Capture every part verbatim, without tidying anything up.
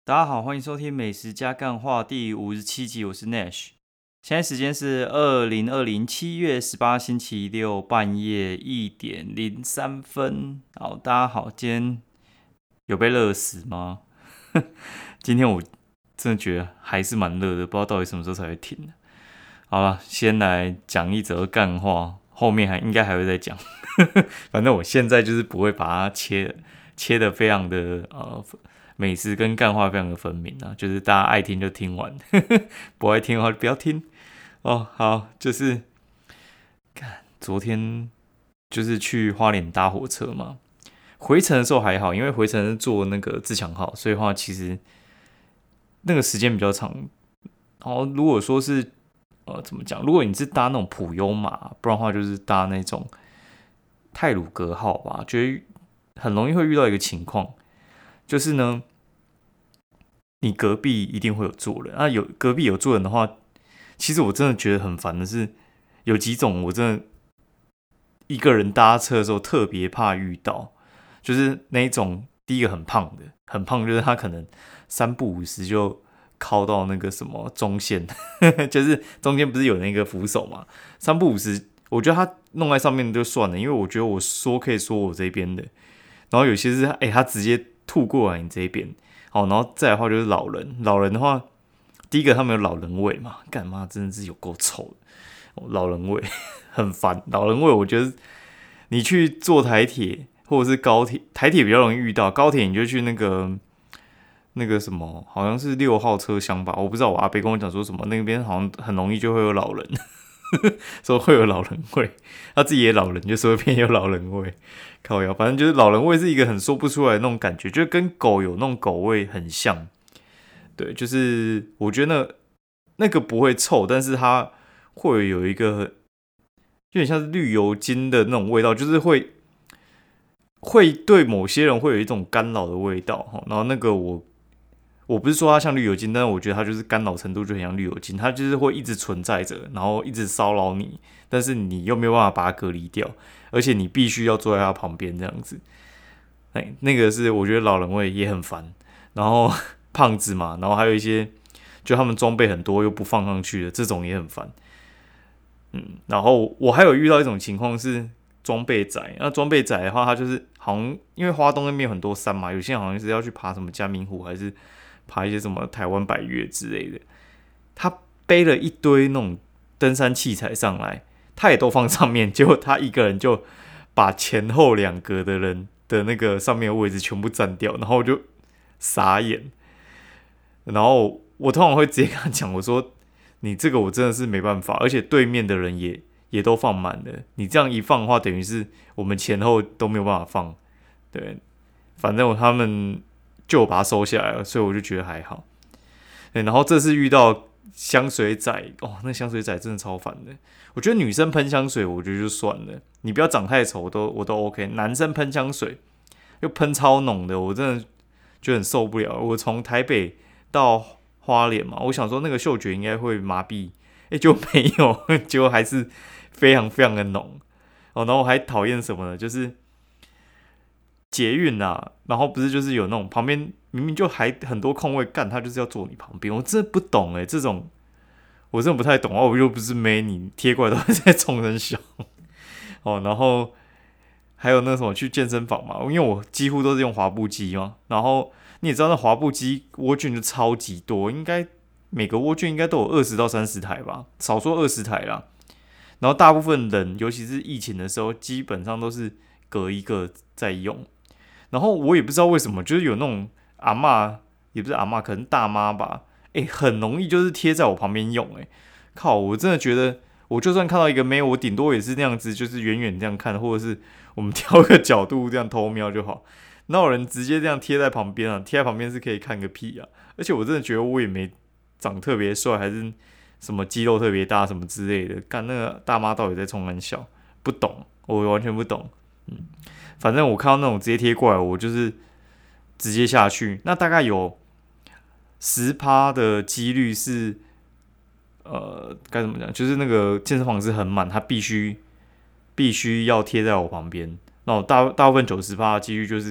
大家好，欢迎收听美食加干话第五十七集，我是 Nash。现在时间是二零二零七月十八星期六半夜一点零三分。好，大家好，今天有被热死吗？今天我真的觉得还是蛮热的，不知道到底什么时候才会停。好了，先来讲一则干话，后面还应该还会再讲。反正我现在就是不会把它切切的非常的呃。美食跟干话非常的分明啊，就是大家爱听就听完，不爱听的话就不要听哦。好，就是看昨天就是去花莲搭火车嘛，回程的时候还好，因为回程是坐那个自强号，所以的话其实那个时间比较长。然后如果说是呃怎么讲，如果你是搭那种普悠玛，不然的话就是搭那种太鲁阁号吧，觉得很容易会遇到一个情况。就是呢，你隔壁一定会有坐人啊，有隔壁有坐人的话，其实我真的觉得很烦的是，有几种我真的一个人搭车的时候特别怕遇到，就是那一种第一个很胖的，很胖就是他可能三不五时就靠到那个什么中线，就是中间不是有那个扶手嘛，三不五时，我觉得他弄在上面就算了，因为我觉得我说可以说我这边的，然后有些是哎、欸、他直接吐过来你这边，好，然后再来的话就是老人，老人的话，第一个他们有老人味嘛，干嘛真的是有够臭的，老人味很烦，老人味我觉得你去坐台铁或者是高铁，台铁比较容易遇到，高铁你就去那个那个什么，好像是六号车厢吧，我不知道，我阿伯跟我讲说什么，那边好像很容易就会有老人。说会有老人味，他自己也老人，就说偏有老人味，靠腰，反正就是老人味是一个很说不出来的那种感觉，就跟狗有那种狗味很像。对，就是我觉得那那个不会臭，但是它会有一个有点像是绿油精的那种味道，就是会会对某些人会有一种干扰的味道。然后那个我我不是说它像绿油精，但是我觉得它就是干扰程度就很像绿油精，它就是会一直存在着，然后一直骚扰你，但是你又没有办法把它隔离掉，而且你必须要坐在它旁边这样子。哎，那个是我觉得老人味也很烦，然后胖子嘛，然后还有一些就他们装备很多又不放上去的，这种也很烦。嗯，然后我还有遇到一种情况是装备仔，那装备仔的话，他就是好像因为花东那边有很多山嘛，有些人好像是要去爬什么嘉明湖，还是爬一些什么台湾百岳之类的，他背了一堆那种登山器材上来，他也都放上面，结果他一个人就把前后两格的人的那个上面的位置全部占掉，然后我就傻眼，然后我通常会直接跟他讲，我说你这个我真的是没办法，而且对面的人也也都放满了，你这样一放的话，等于是我们前后都没有办法放，对，反正他们就把它收下来了，所以我就觉得还好。对，然后这次遇到香水仔，哦，那香水仔真的超烦的。我觉得女生喷香水，我觉得就算了，你不要长太丑，我都我都 OK。男生喷香水又喷超浓的，我真的就很受不了。我从台北到花莲嘛，我想说那个嗅觉应该会麻痹，哎，就没有，结果还是非常非常的浓。哦，然后我还讨厌什么呢？就是捷运啊，然后不是就是有那种旁边明明就还很多空位，干他就是要坐你旁边，我真的不懂哎、欸，这种我真的不太懂哦，我又不是妹，你贴过来都是在冲人笑哦，然后还有那什么去健身房嘛，因为我几乎都是用滑步机嘛，然后你也知道那滑步机蜗卷就超级多，应该每个蜗卷应该都有二十到三十台吧，少说二十台啦。然后大部分人，尤其是疫情的时候，基本上都是隔一个在用。然后我也不知道为什么，就是有那种阿嬷，也不是阿嬷，可能大妈吧，哎、欸，很容易就是贴在我旁边用、欸，哎，靠，我真的觉得，我就算看到一个妹，我顶多也是那样子，就是远远这样看，或者是我们挑个角度这样偷瞄就好。哪有人直接这样贴在旁边啊？贴在旁边是可以看个屁啊！而且我真的觉得我也没长特别帅，还是什么肌肉特别大什么之类的。干那个大妈到底在冲干笑？不懂，我完全不懂。嗯。反正我看到那种直接贴过来，我就是直接下去。那大概有十趴的几率是，呃，该怎么讲？就是那个健身房是很满，它必须必须要贴在我旁边。那我大大部分九十趴的几率就是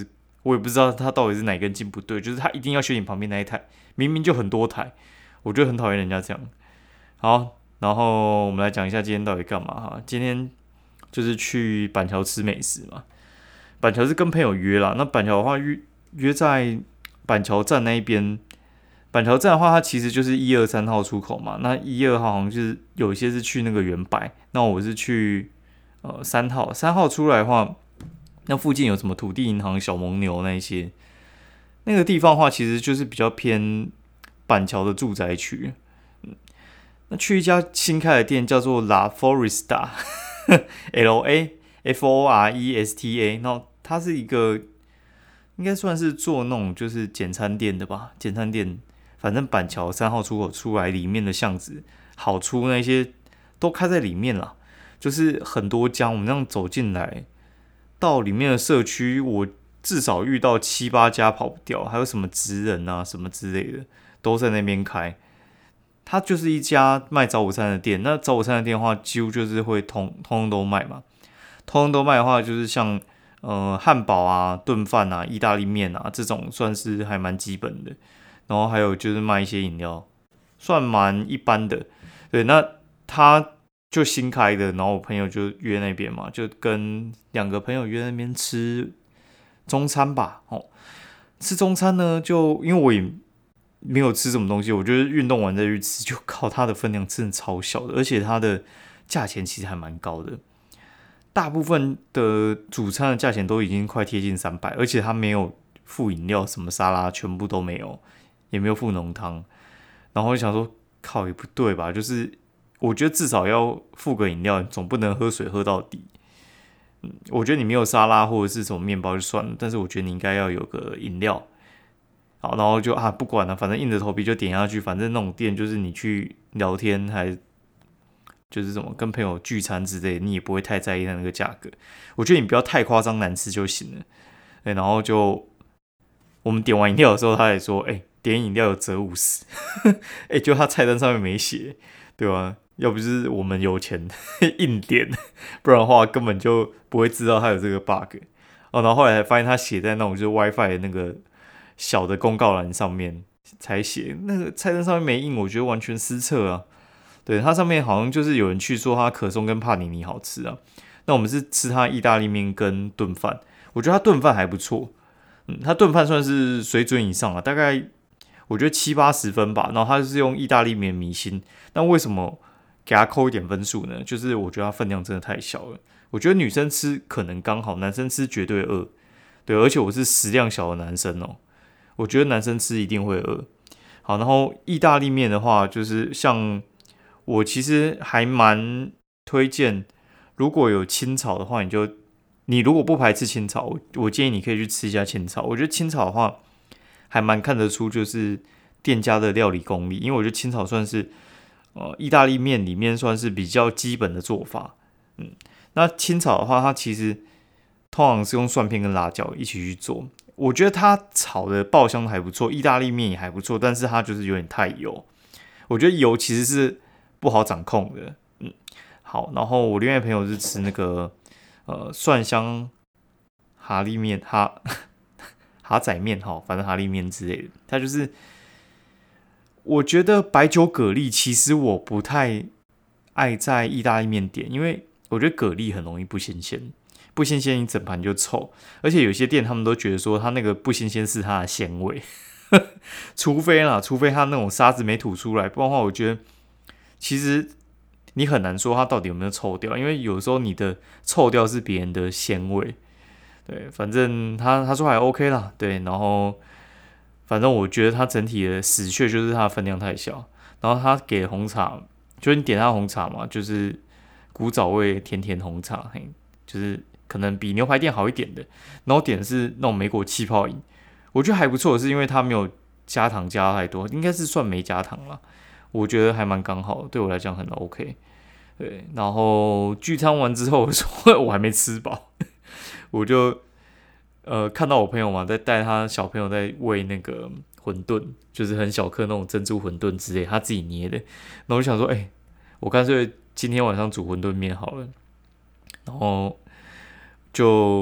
我也不知道他到底是哪根筋不对，就是他一定要选你旁边那一台，明明就很多台，我就很讨厌人家这样。好，然后我们来讲一下今天到底干嘛哈。今天就是去板桥吃美食嘛。板桥是跟朋友约啦，那板桥的话约约在板桥站那一边。板桥站的话，它其实就是一二三号出口嘛。那一二号好像就是有一些是去那个圆柏，那我是去呃三号。三号出来的话，那附近有什么土地银行、小蒙牛那一些，那个地方的话，其实就是比较偏板桥的住宅区。嗯，那去一家新开的店叫做 La Foresta，L A F O R E S T A， 然后它是一个应该算是做那种就是简餐店的吧，简餐店。反正板桥三号出口出来里面的巷子，好出那些都开在里面啦，就是很多家，我们这样走进来，到里面的社区，我至少遇到七八家跑不掉，还有什么职人啊什么之类的，都在那边开。它就是一家卖早午餐的店，那早午餐的店的话，几乎就是会通通通都卖嘛。通通都卖的话，就是像呃汉堡啊、炖饭啊、意大利面啊这种，算是还蛮基本的。然后还有就是卖一些饮料，算蛮一般的。对，那他就新开的，然后我朋友就约那边嘛，就跟两个朋友约那边吃中餐吧。哦，吃中餐呢，就因为我也没有吃什么东西，我就是运动完再去吃，就靠它的分量真的超小的，而且它的价钱其实还蛮高的。大部分的主餐的价钱都已经快贴近三百，而且它没有附饮料，什么沙拉全部都没有。也没有附浓汤，然后我就想说，靠，也不对吧？就是我觉得至少要附个饮料，总不能喝水喝到底。嗯，我觉得你没有沙拉或者是什么面包就算了，但是我觉得你应该要有个饮料。好，然后就啊不管了，反正硬着头皮就点下去。反正那种店就是你去聊天，还就是什么跟朋友聚餐之类的，你也不会太在意那个价格。我觉得你不要太夸张难吃就行了。对，然后就我们点完饮料的时候，他也说，哎、欸。点饮料有折五十，哎，就他菜单上面没写，对吧？要不是我们有钱硬点，不然的话根本就不会知道他有这个 bug。哦，然后后来发现他写在那种就是 WiFi 的那个小的公告栏上面才写，那个菜单上面没印，我觉得完全失策啊。对，它上面好像就是有人去说它可颂跟帕尼尼好吃啊。那我们是吃它意大利面跟炖饭，我觉得它炖饭还不错，嗯，它炖饭算是水准以上啊，大概。我觉得七八十分吧，然后他就是用意大利面米心，那为什么给他扣一点分数呢？就是我觉得它分量真的太小了，我觉得女生吃可能刚好，男生吃绝对饿，对，而且我是食量小的男生哦，我觉得男生吃一定会饿。好，然后意大利面的话，就是像我其实还蛮推荐，如果有清炒的话，你就你如果不排斥清炒，我建议你可以去吃一下清炒，我觉得清炒的话。还蛮看得出就是店家的料理功力，因为我觉得清炒算是呃意大利面里面算是比较基本的做法。嗯，那清炒的话，它其实通常是用蒜片跟辣椒一起去做。我觉得它炒的爆香还不错，意大利面也还不错，但是它就是有点太油。我觉得油其实是不好掌控的。嗯，好，然后我另外朋友是吃那个呃蒜香哈利面哈。哈仔面哈，反正哈利面之类的，它就是，我觉得白酒蛤蜊其实我不太爱在意大利面点，因为我觉得蛤蜊很容易不新鲜，不新鲜一整盘就臭，而且有些店他们都觉得说它那个不新鲜是它的鲜味，除非啦，除非它那种沙子没吐出来，不然的话我觉得其实你很难说它到底有没有臭掉，因为有时候你的臭掉是别人的鲜味。对，反正他他说还 OK 啦，对，然后反正我觉得他整体的死穴就是它的分量太小，然后他给红茶，就是你点他红茶嘛，就是古早味甜甜红茶，嘿，就是可能比牛排店好一点的，然后点的是那种美果气泡饮，我觉得还不错，是因为它没有加糖加太多，应该是算没加糖啦，我觉得还蛮刚好的，对我来讲很 OK。对，然后聚餐完之后，我说我还没吃饱。我就呃看到我朋友嘛，在带他小朋友在喂那个馄饨，就是很小颗那种珍珠馄饨之类，他自己捏的。然后我就想说，哎、欸，我干脆今天晚上煮馄饨面好了。然后就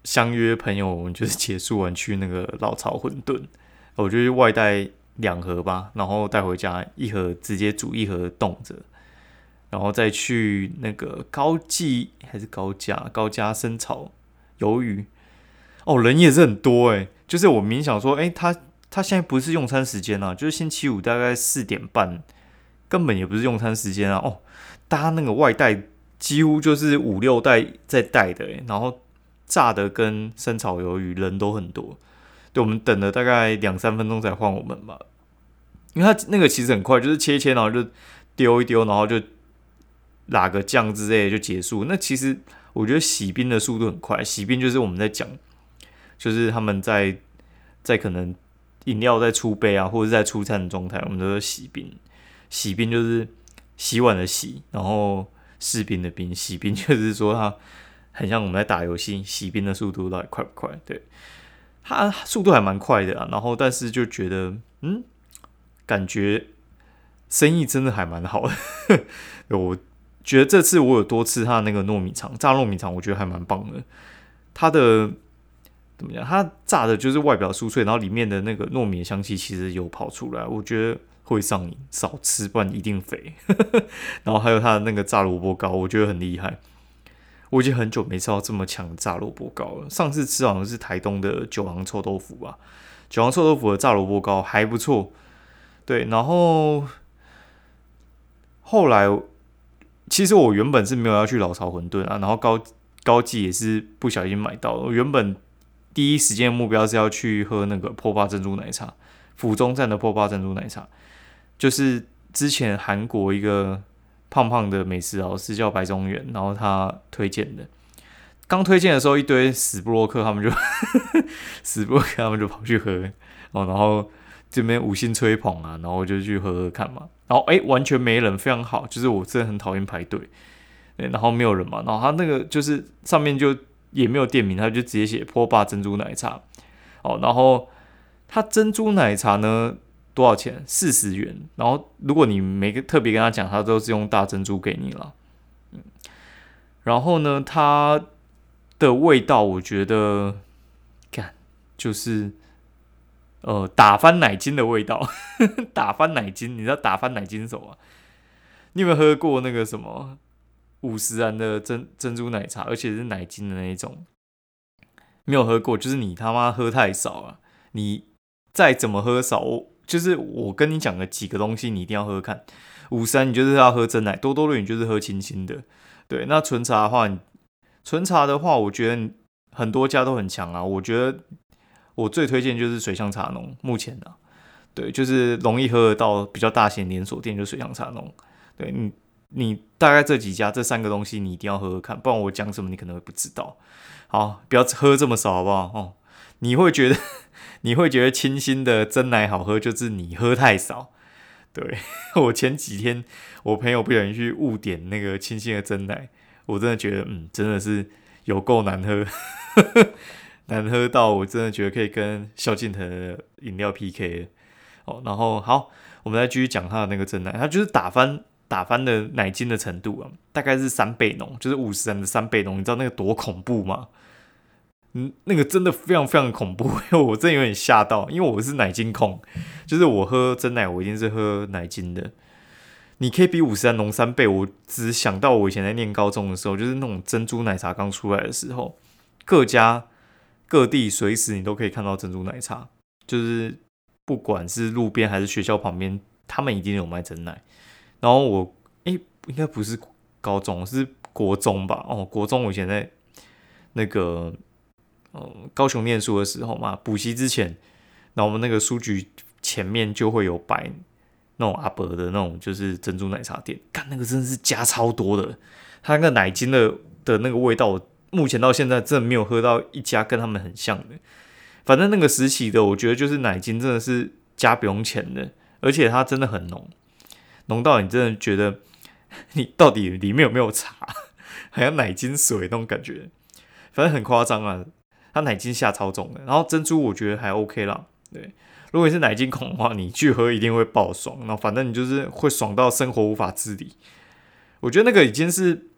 相约朋友，我们就是结束完去那个老巢馄饨，我就外带两盒吧，然后带回家一盒直接煮，一盒冻着，然后再去那个高记还是高家高家生炒鱿鱼，哦，人也是很多哎、欸，就是我明想说，哎、欸，他他现在不是用餐时间啊，就是星期五大概四点半，根本也不是用餐时间啊，哦，大家那个外带几乎就是五六袋在带的、欸，然后炸的跟生炒鱿鱼人都很多。对，我们等了大概两三分钟才换我们吧，因为它那个其实很快，就是切一切，然后就丢一丢，然后就拉个酱之类的就结束。那其实我觉得洗冰的速度很快，洗冰就是我们在讲，就是他们在在可能饮料在出杯啊，或者在出餐的状态，我们都是洗冰。洗冰就是洗碗的洗，然后士兵的兵，洗冰就是说它很像我们在打游戏，洗冰的速度到底快不快？对。它速度还蛮快的啊，然后但是就觉得，嗯，感觉生意真的还蛮好的。我觉得这次我有多吃它的那个糯米肠，炸糯米肠，我觉得还蛮棒的。它的怎么讲？它炸的就是外表酥脆，然后里面的那个糯米的香气其实有跑出来，我觉得会上瘾，少吃不然一定肥。然后还有它的那个炸萝卜糕，我觉得很厉害。我已经很久没吃到这么强的炸萝卜糕了。上次吃好像是台东的九行臭豆腐吧，九行臭豆腐的炸萝卜糕还不错。对，然后后来其实我原本是没有要去老巢馄饨啊，然后高高记也是不小心买到了。我原本第一时间的目标是要去喝那个波霸珍珠奶茶，府中站的波霸珍珠奶茶，就是之前韩国一个胖胖的美食老师叫白中原，然后他推荐的。刚推荐的时候，一堆死布洛克他们就死布洛克他们就跑去喝哦，然后这边五星吹捧啊，然后我就去喝喝看嘛。然后哎、欸，完全没人，非常好。就是我真的很讨厌排队，然后没有人嘛，然后他那个就是上面就也没有店名，他就直接写波霸珍珠奶茶哦，然后他珍珠奶茶呢？多少钱？四十元。然后如果你没特别跟他讲，他都是用大珍珠给你了。嗯，然后呢，它的味道我觉得，干就是呃打翻奶精的味道。打翻奶精，你知道打翻奶精是什么吗？你有没有喝过那个什么五十元的珍珍珠奶茶，而且是奶精的那一种？没有喝过，就是你他妈喝太少了。你再怎么喝少，就是我跟你讲的几个东西，你一定要喝喝看。五三你就是要喝真奶，多多绿你就是喝清新的。对，那纯茶的话，纯茶的话，我觉得很多家都很强啊。我觉得我最推荐就是水象茶农，目前的、啊，对，就是容易喝得到比较大型连锁店，就是水象茶农。对你，你大概这几家这三个东西你一定要喝喝看，不然我讲什么你可能会不知道。好，不要喝这么少好不好？哦，你会觉得你会觉得清新的真奶好喝，就是你喝太少。对，我前几天我朋友不小心去误点那个清新的真奶，我真的觉得嗯，真的是有够难喝，难喝到我真的觉得可以跟萧敬腾的饮料 P K 了。哦，然后好，我们再继续讲他的那个真奶，他就是打翻打翻的奶精的程度啊，大概是三倍浓，就是五十元的三倍浓，你知道那个多恐怖吗？嗯，那个真的非常非常恐怖，因为我真的有点吓到，因为我是奶精控，就是我喝真奶，我一定是喝奶精的。你可以比五十元浓三倍，我只想到我以前在念高中的时候，就是那种珍珠奶茶刚出来的时候，各家各地随时你都可以看到珍珠奶茶，就是不管是路边还是学校旁边，他们一定有卖真奶。然后我诶、欸，应该不是高中，是国中吧？哦，国中我以前在那个。嗯，高雄念书的时候嘛，补习之前，然后我们那个书局前面就会有摆那种阿伯的那种就是珍珠奶茶店，干那个真的是加超多的，它那个奶精的的那个味道，我目前到现在真的没有喝到一家跟他们很像的。反正那个时期的，我觉得就是奶精真的是加不用钱的，而且它真的很浓，浓到你真的觉得你到底里面有没有茶，好像奶精水那种感觉，反正很夸张啊。它奶精下超重的，然后珍珠我觉得还 OK 啦。对，如果你是奶精控的话，你去喝一定会爆爽。然后反正你就是会爽到生活无法自理。我觉得那个已经是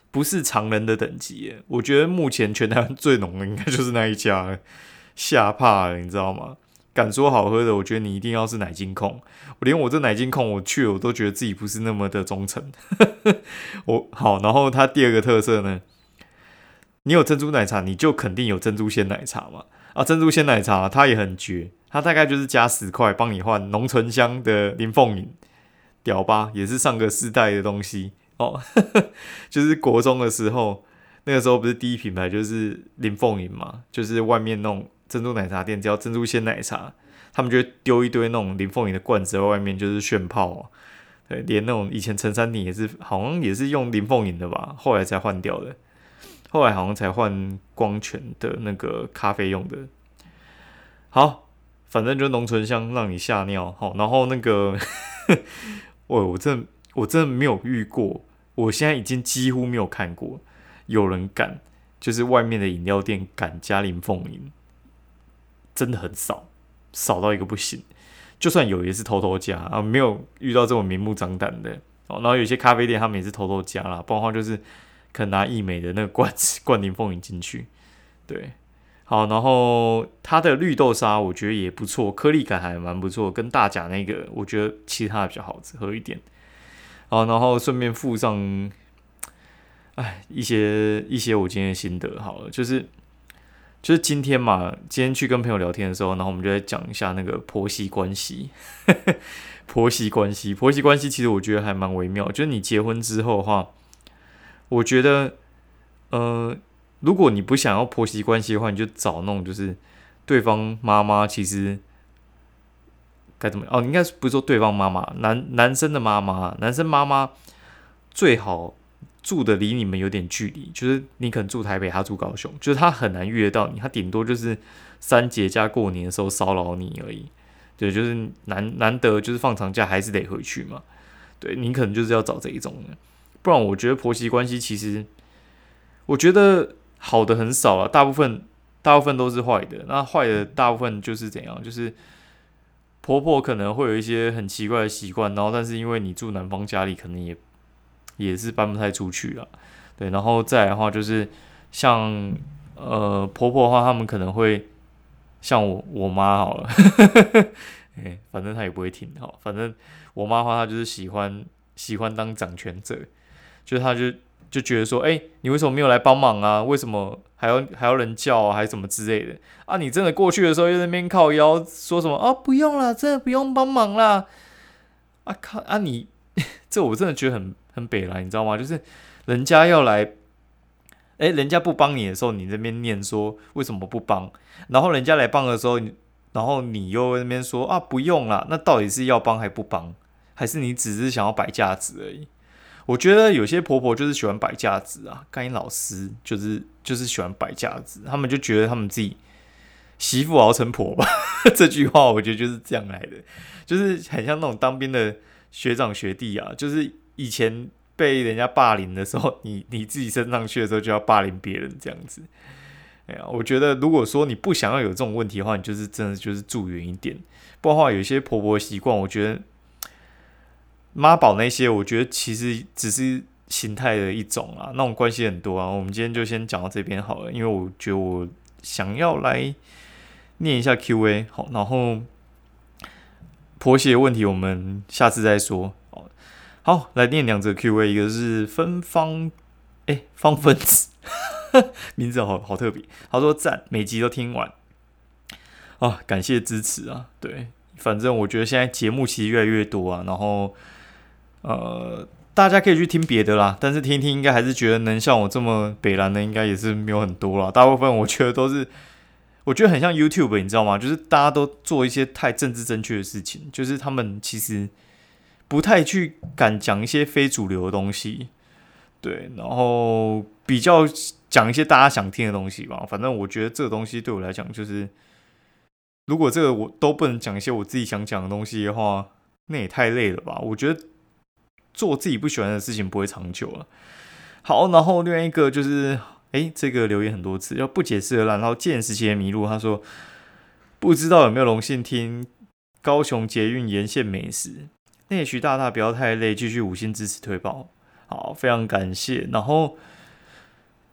不是常人的等级耶。我觉得目前全台湾最浓的应该就是那一家了，吓怕了，你知道吗？敢说好喝的，我觉得你一定要是奶精控。我连我这奶精控我去了，我都觉得自己不是那么的忠诚。我好，然后它第二个特色呢，你有珍珠奶茶，你就肯定有珍珠鲜奶茶嘛。啊，珍珠鲜奶茶它也很绝，它大概就是加十块帮你换浓醇香的林凤饮，屌吧？也是上个世代的东西哦。就是国中的时候，那个时候不是第一品牌就是林凤饮嘛，就是外面那种珍珠奶茶店，只要珍珠鲜奶茶，他们就会丢一堆那种林凤饮的罐子在外面，就是炫泡、哦。对，连那种以前陈山顶也是，好像也是用林凤饮的吧，后来才换掉的。后来好像才换光泉的那个咖啡用的。好，反正就浓醇香让你吓尿。好，然后那个，我我真的我真的没有遇过，我现在已经几乎没有看过有人敢，就是外面的饮料店敢加林凤饮，真的很少，少到一个不行。就算有也是偷偷加啊，没有遇到这种明目张胆的。哦，然后有些咖啡店他们也是偷偷加啦，不然的话就是可能拿益美的那个罐子灌林凤饮进去。对，好，然后它的绿豆沙我觉得也不错，颗粒感还蛮不错，跟大甲那个我觉得其他的比较好喝一点。好，然后顺便附上，哎，一些一些我今天的心得好了，就是就是今天嘛，今天去跟朋友聊天的时候，然后我们就在讲一下那个婆媳关系，婆媳关系，婆媳关系其实我觉得还蛮微妙，就是你结婚之后的话，我觉得，呃，如果你不想要婆媳关系的话，你就找那种就是对方妈妈其实该怎么哦，应该不是说对方妈妈，男男生的妈妈，男生妈妈最好住的离你们有点距离，就是你可能住台北，他住高雄，就是他很难约到你，他顶多就是三节加过年的时候骚扰你而已。对，就是难难得就是放长假还是得回去嘛。对，你可能就是要找这一种的，不然我觉得婆媳关系其实，我觉得好的很少啊，大部分大部分都是坏的。那坏的大部分就是怎样，就是婆婆可能会有一些很奇怪的习惯，然后但是因为你住男方家里，可能也也是搬不太出去了。对，然后再来的话就是像呃婆婆的话，他们可能会像我我妈好了，欸，反正她也不会听好，反正我妈的话，她就是喜欢喜欢当掌权者，就是她就就觉得说，哎，欸，你为什么没有来帮忙啊？为什么还要还要人叫啊？还是什么之类的啊？你真的过去的时候又在那边靠腰说什么啊？不用啦，真的不用帮忙啦！啊靠啊你这我真的觉得很很北来，你知道吗？就是人家要来，哎，人家不帮你的时候，你这边念说为什么不帮，然后人家来帮的时候，然后你又在那边说啊不用啦，那到底是要帮还不帮，还是你只是想要摆架子而已？我觉得有些婆婆就是喜欢摆架子啊，干你老师就是就是喜欢摆架子，他们就觉得他们自己媳妇熬成婆吧，这句话我觉得就是这样来的，就是很像那种当兵的学长学弟啊，就是以前被人家霸凌的时候，你你自己升上去的时候就要霸凌别人这样子。哎呀，我觉得如果说你不想要有这种问题的话，你就是真的就是住远一点，不然的话有些婆婆习惯，我觉得妈宝那些，我觉得其实只是形态的一种啊，那种关系很多啊。我们今天就先讲到这边好了，因为我觉得我想要来念一下 Q A， 好，然后婆媳的问题我们下次再说。好，来念两则 Q A， 一个是芬芳，哎，芳分子，名字好好特别。他说赞，每集都听完啊，感谢支持啊。对，反正我觉得现在节目其实越来越多啊，然后呃，大家可以去听别的啦，但是听一听应该还是觉得能像我这么北蓝的，应该也是没有很多啦。大部分我觉得都是，我觉得很像 YouTube， 你知道吗？就是大家都做一些太政治正确的事情，就是他们其实不太去敢讲一些非主流的东西，对，然后比较讲一些大家想听的东西吧。反正我觉得这个东西对我来讲，就是如果这个我都不能讲一些我自己想讲的东西的话，那也太累了吧。我觉得做自己不喜欢的事情不会长久了。好，然后另外一个就是，哎，这个留言很多次，要不解释而烂，然后见时期的迷路，他说不知道有没有荣幸听高雄捷运沿线美食。内徐大大不要太累，继续五星支持推爆。好，非常感谢。然后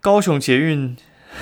高雄捷运，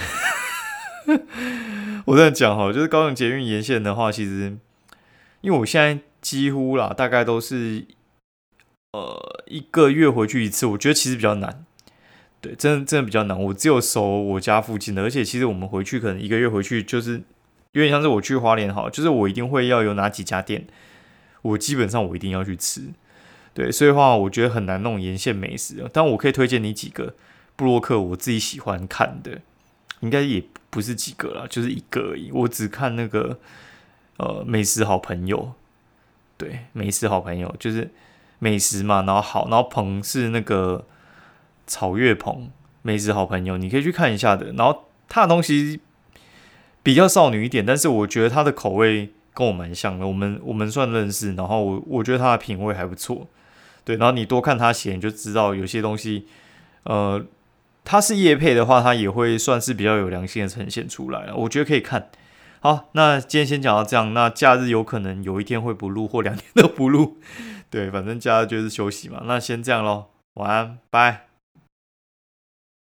我这样讲哈，就是高雄捷运沿线的话，其实因为我现在几乎啦，大概都是呃一个月回去一次，我觉得其实比较难。对，真的真的比较难。我只有熟我家附近的，而且其实我们回去可能一个月回去，就是有点像是我去花莲好，就是我一定会要有哪几家店，我基本上我一定要去吃。对，所以的话我觉得很难弄沿线美食，但我可以推荐你几个部落客我自己喜欢看的，应该也不是几个啦，就是一个而已。我只看那个呃美食好朋友，对，美食好朋友就是美食嘛，然后好，然后鹏是那个。草月棚美食好朋友，你可以去看一下的。然后他的东西比较少女一点，但是我觉得他的口味跟我蛮像的，我们我们算认识。然后我我觉得他的品味还不错，对。然后你多看他写，你就知道有些东西，呃，他是业配的话，他也会算是比较有良心的呈现出来了。我觉得可以看。好，那今天先讲到这样。那假日有可能有一天会不录，或两天都不录，对，反正假日就是休息嘛。那先这样咯，晚安，拜。